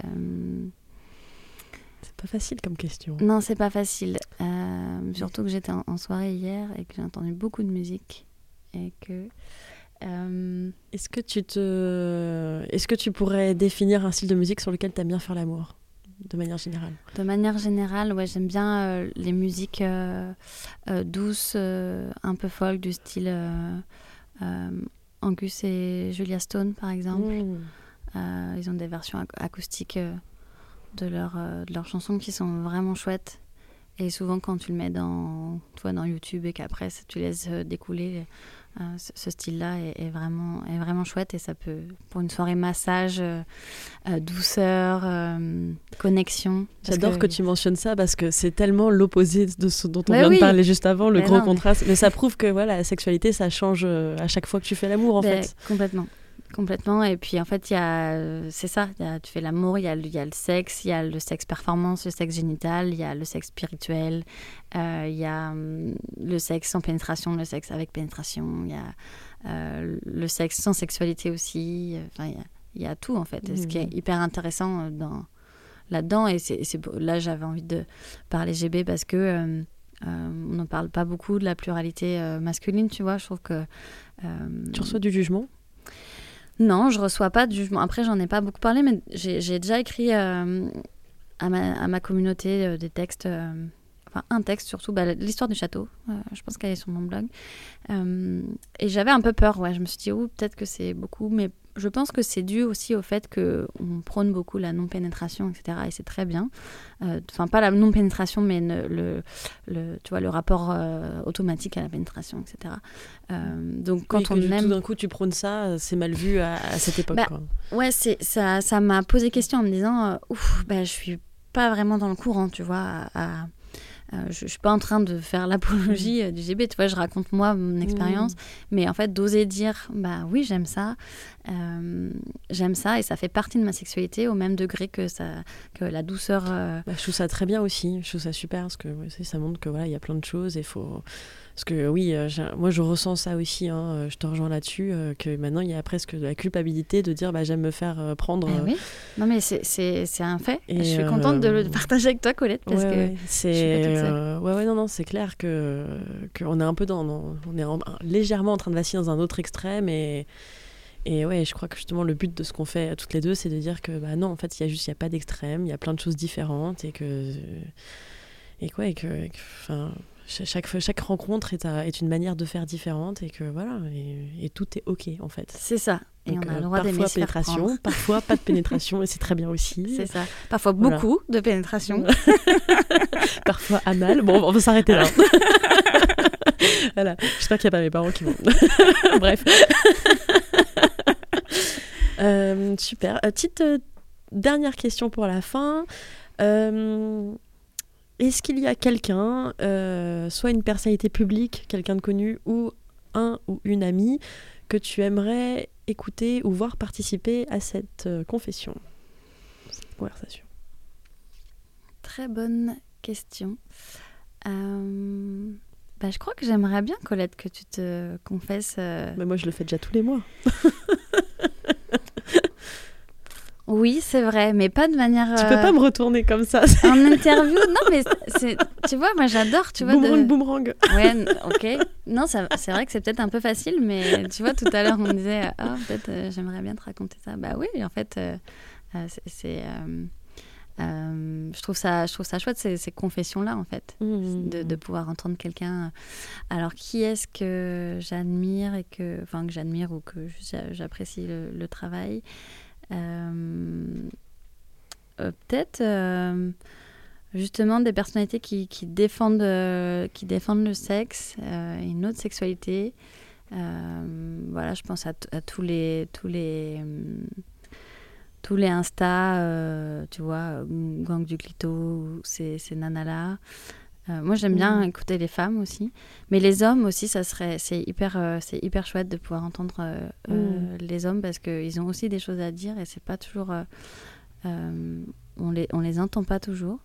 C'est pas facile comme question. Non, c'est pas facile. Euh, surtout que j'étais en, en soirée hier et que j'ai entendu beaucoup de musique. Et que. Euh... Est-ce que tu te, est-ce que tu pourrais définir un style de musique sur lequel tu aimes bien faire l'amour, de manière générale ? De manière générale, ouais, j'aime bien euh, les musiques euh, euh, douces, euh, un peu folk, du style euh, euh, Angus et Julia Stone, par exemple. Mmh. Euh, ils ont des versions ac- acoustiques euh, de, leur, euh, de leurs chansons qui sont vraiment chouettes. Et souvent, quand tu le mets dans, toi, dans YouTube et qu'après tu laisses euh, découler, euh, ce, ce style-là est, est, vraiment, est vraiment chouette. Et ça peut, pour une soirée massage, euh, euh, douceur, euh, connexion. J'adore que... que tu mentionnes ça parce que c'est tellement l'opposé de ce dont on mais vient oui. de parler juste avant, le mais gros non, contraste. Mais... mais ça prouve que voilà, la sexualité, ça change à chaque fois que tu fais l'amour, en ben, fait. Complètement. Complètement. Et puis, en fait, il y a, c'est ça, y a, tu fais l'amour, il y a, y a le sexe, il y a le sexe performance, le sexe génital, il y a le sexe spirituel, il euh, y a hum, le sexe sans pénétration, le sexe avec pénétration, il y a euh, le sexe sans sexualité aussi. Enfin, il y, y a tout, en fait. Mmh. Ce qui est hyper intéressant dans, là-dedans. Et c'est, c'est, là, j'avais envie de parler G B parce que euh, euh, on n'en parle pas beaucoup de la pluralité euh, masculine, tu vois. Je trouve que... Euh, tu reçois du jugement ? Non, je reçois pas de jugement. Après, j'en ai pas beaucoup parlé, mais j'ai, j'ai déjà écrit euh, à, ma, à ma communauté euh, des textes, euh, enfin un texte surtout, bah, l'histoire du château. Euh, je pense qu'elle est sur mon blog. Euh, et j'avais un peu peur, ouais. Je me suis dit, oh, peut-être que c'est beaucoup, mais je pense que c'est dû aussi au fait qu'on prône beaucoup la non-pénétration, et cetera. Et c'est très bien. Enfin, euh, pas la non-pénétration, mais le, le, le, tu vois, le rapport euh, automatique à la pénétration, et cetera. Euh, donc, quand oui, on que aime... tout d'un coup, tu prônes ça, c'est mal vu à, à cette époque. Bah, quoi. Ouais, c'est, ça, ça m'a posé question en me disant, euh, ouf, bah, je suis pas vraiment dans le courant, tu vois, à... à Euh, je ne suis pas en train de faire l'apologie euh, du G B, tu vois, je raconte moi mon expérience, mmh. mais en fait d'oser dire, bah oui, j'aime ça, euh, j'aime ça et ça fait partie de ma sexualité au même degré que, ça, que la douceur. Euh... Bah, je trouve ça très bien aussi, je trouve ça super parce que ouais, ça montre que voilà, il y a plein de choses et faut. Parce que oui, euh, moi je ressens ça aussi, hein, je te rejoins là-dessus, euh, que maintenant il y a presque de la culpabilité de dire bah, j'aime me faire euh, prendre. Eh oui. Non mais c'est, c'est, c'est un fait. Et je suis euh, contente de le partager avec toi, Colette, parce ouais, que ouais, c'est, je suis pas toute seule. Euh, ouais, ouais, non, non, c'est clair que qu'on est un peu dans, dans on est en, légèrement en train de vaciller dans un autre extrême et et ouais, je crois que justement le but de ce qu'on fait toutes les deux, c'est de dire que bah non, en fait, il y a juste, il y a pas d'extrême, il y a plein de choses différentes et que et quoi, et que, enfin. Chaque, chaque rencontre est, à, est une manière de faire différente et que voilà, et, et tout est ok en fait. C'est ça. Et donc, on a le droit euh, d'aimer se faire pénétration, prendre. Parfois pas de pénétration et c'est très bien aussi. C'est ça. Parfois voilà. Beaucoup de pénétration. Parfois anal. Bon, on va s'arrêter là. Voilà. J'espère qu'il n'y a pas mes parents qui vont. Bref. euh, super. Euh, petite euh, dernière question pour la fin. Euh, Est-ce qu'il y a quelqu'un, euh, soit une personnalité publique, quelqu'un de connu, ou un ou une amie, que tu aimerais écouter ou voir participer à cette euh, confession, cette conversation ? Très bonne question. Euh, bah, je crois que j'aimerais bien, Colette, que tu te confesses. Euh... Mais moi, je le fais déjà tous les mois. Oui, c'est vrai, mais pas de manière... Tu peux pas me retourner comme ça. En interview, non, mais c'est, tu vois, moi j'adore, tu vois... Boomerang, de... boomerang. Ouais, ok. Non, ça, c'est vrai que c'est peut-être un peu facile, mais tu vois, tout à l'heure, on me disait, ah, oh, peut-être euh, j'aimerais bien te raconter ça. Bah oui, en fait, euh, euh, c'est... c'est euh, euh, je, trouve ça, je trouve ça chouette, ces, ces confessions-là, en fait, mmh. de, de pouvoir entendre quelqu'un. Alors, qui est-ce que j'admire, et que, enfin, que j'admire ou que j'apprécie le, le travail ? Euh, euh, peut-être euh, justement des personnalités qui, qui, défendent, euh, qui défendent le sexe, euh, une autre sexualité. Euh, voilà, je pense à, t- à tous les tous les tous les Insta, euh, tu vois, Gang du Clito, ces, ces nanas-là. Euh, moi, j'aime bien mmh. écouter les femmes aussi. Mais les hommes aussi, ça serait, c'est, hyper, euh, c'est hyper chouette de pouvoir entendre euh, mmh. euh, les hommes parce qu'ils ont aussi des choses à dire et c'est pas toujours... Euh, euh, on les, on les entend pas toujours.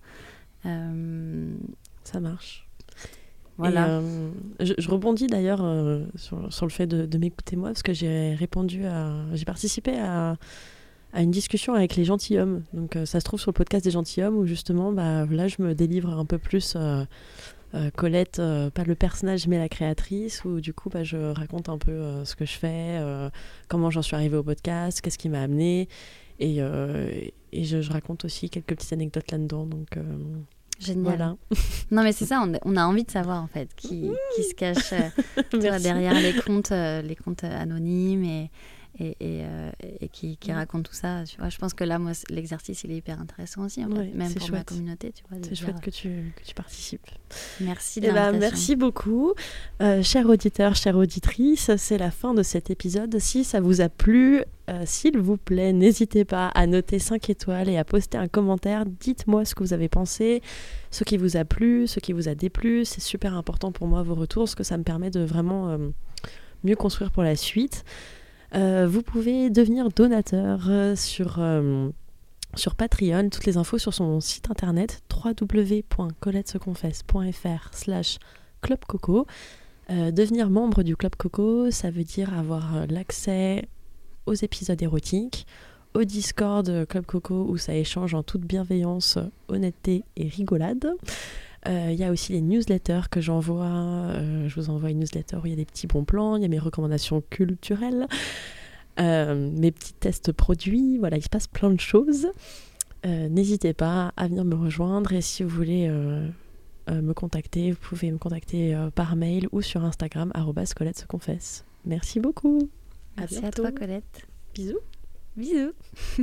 Euh, ça marche. Voilà. Et, euh, je, je rebondis d'ailleurs euh, sur, sur le fait de, de m'écouter moi parce que j'ai répondu à... J'ai participé à... à une discussion avec les gentilshommes. Donc euh, ça se trouve sur le podcast des gentilshommes où justement bah, là je me délivre un peu plus euh, euh, Colette, euh, pas le personnage mais la créatrice, où du coup bah, je raconte un peu euh, ce que je fais, euh, comment j'en suis arrivée au podcast, qu'est-ce qui m'a amenée et, euh, et je, je raconte aussi quelques petites anecdotes là-dedans. Donc euh, génial. Voilà. Non mais c'est ça, on, on a envie de savoir en fait qui, qui se cache euh, toi, derrière les comptes, euh, les comptes anonymes et et, et, euh, et qui, qui raconte tout ça. Tu vois, je pense que là, moi, l'exercice, il est hyper intéressant aussi, en fait, ouais, même pour chouette. ma communauté. Tu vois, c'est dire... chouette que tu, que tu participes. Merci de eh l'invitation. ben, merci beaucoup. Euh, chers auditeurs, chères auditrices, c'est la fin de cet épisode. Si ça vous a plu, euh, s'il vous plaît, n'hésitez pas à noter cinq étoiles et à poster un commentaire. Dites-moi ce que vous avez pensé, ce qui vous a plu, ce qui vous a déplu. C'est super important pour moi, vos retours, parce que ça me permet de vraiment euh, mieux construire pour la suite. Euh, vous pouvez devenir donateur euh, sur, euh, sur Patreon. Toutes les infos sur son site internet w w w point colette se confesse point f r slash club coco. Euh, devenir membre du Club Coco, ça veut dire avoir euh, l'accès aux épisodes érotiques, au Discord Club Coco où ça échange en toute bienveillance, honnêteté et rigolade. Il euh, y a aussi les newsletters que j'envoie. Euh, je vous envoie une newsletter où il y a des petits bons plans, il y a mes recommandations culturelles, euh, mes petits tests produits. Voilà, il se passe plein de choses. Euh, n'hésitez pas à venir me rejoindre et si vous voulez euh, euh, me contacter, vous pouvez me contacter euh, par mail ou sur Instagram arobase colette se confesse. Merci beaucoup. Merci à, à toi, Colette. Bisous. Bisous.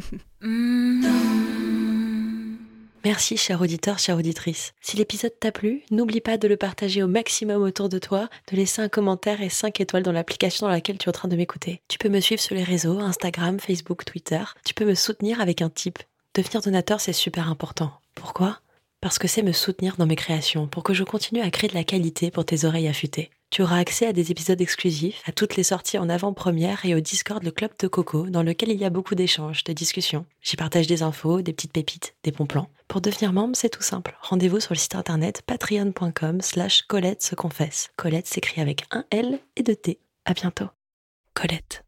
Merci, cher auditeur, chère auditrice. Si l'épisode t'a plu, n'oublie pas de le partager au maximum autour de toi, de laisser un commentaire et cinq étoiles dans l'application dans laquelle tu es en train de m'écouter. Tu peux me suivre sur les réseaux, Instagram, Facebook, Twitter. Tu peux me soutenir avec un tip. Devenir donateur, c'est super important. Pourquoi ? Parce que c'est me soutenir dans mes créations, pour que je continue à créer de la qualité pour tes oreilles affûtées. Tu auras accès à des épisodes exclusifs, à toutes les sorties en avant-première et au Discord le Club de Coco, dans lequel il y a beaucoup d'échanges, de discussions. J'y partage des infos, des petites pépites, des bons plans. Pour devenir membre, c'est tout simple. Rendez-vous sur le site internet patreon.com slash Colette se confesse. Colette s'écrit avec un L et deux T. À bientôt. Colette.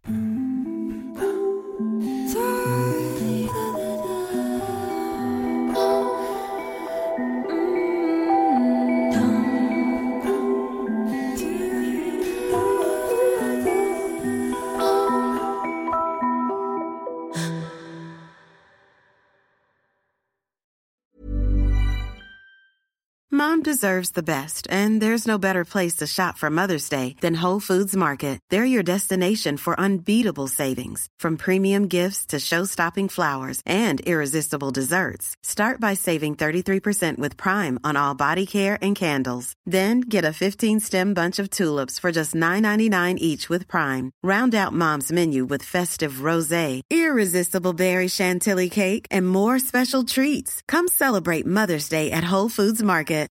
Mom deserves the best, and there's no better place to shop for Mother's Day than Whole Foods Market. They're your destination for unbeatable savings, from premium gifts to show-stopping flowers and irresistible desserts. Start by saving thirty-three percent with Prime on all body care and candles. Then get a fifteen-stem bunch of tulips for just nine ninety-nine each with Prime. Round out Mom's menu with festive rosé, irresistible berry chantilly cake, and more special treats. Come celebrate Mother's Day at Whole Foods Market.